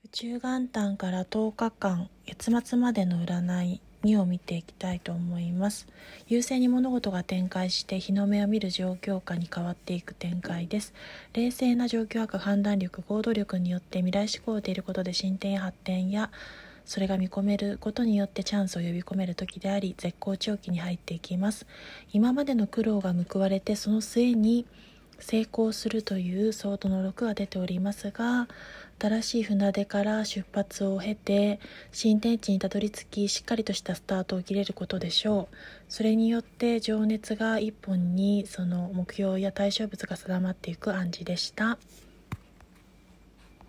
宇宙元旦から10日間、月末までの占い2を見ていきたいと思います。優勢に物事が展開して日の目を見る状況下に変わっていく展開です。冷静な状況把握、判断力、行動力によって未来志向でいることで進展や発展や、それが見込めることによってチャンスを呼び込める時であり、絶好調期に入っていきます。今までの苦労が報われて、その末に成功するというソードの6が出ておりますが、新しい船出から出発を経て新天地にたどり着き、しっかりとしたスタートを切れることでしょう。それによって情熱が一本にその目標や対象物が定まっていく暗示でした。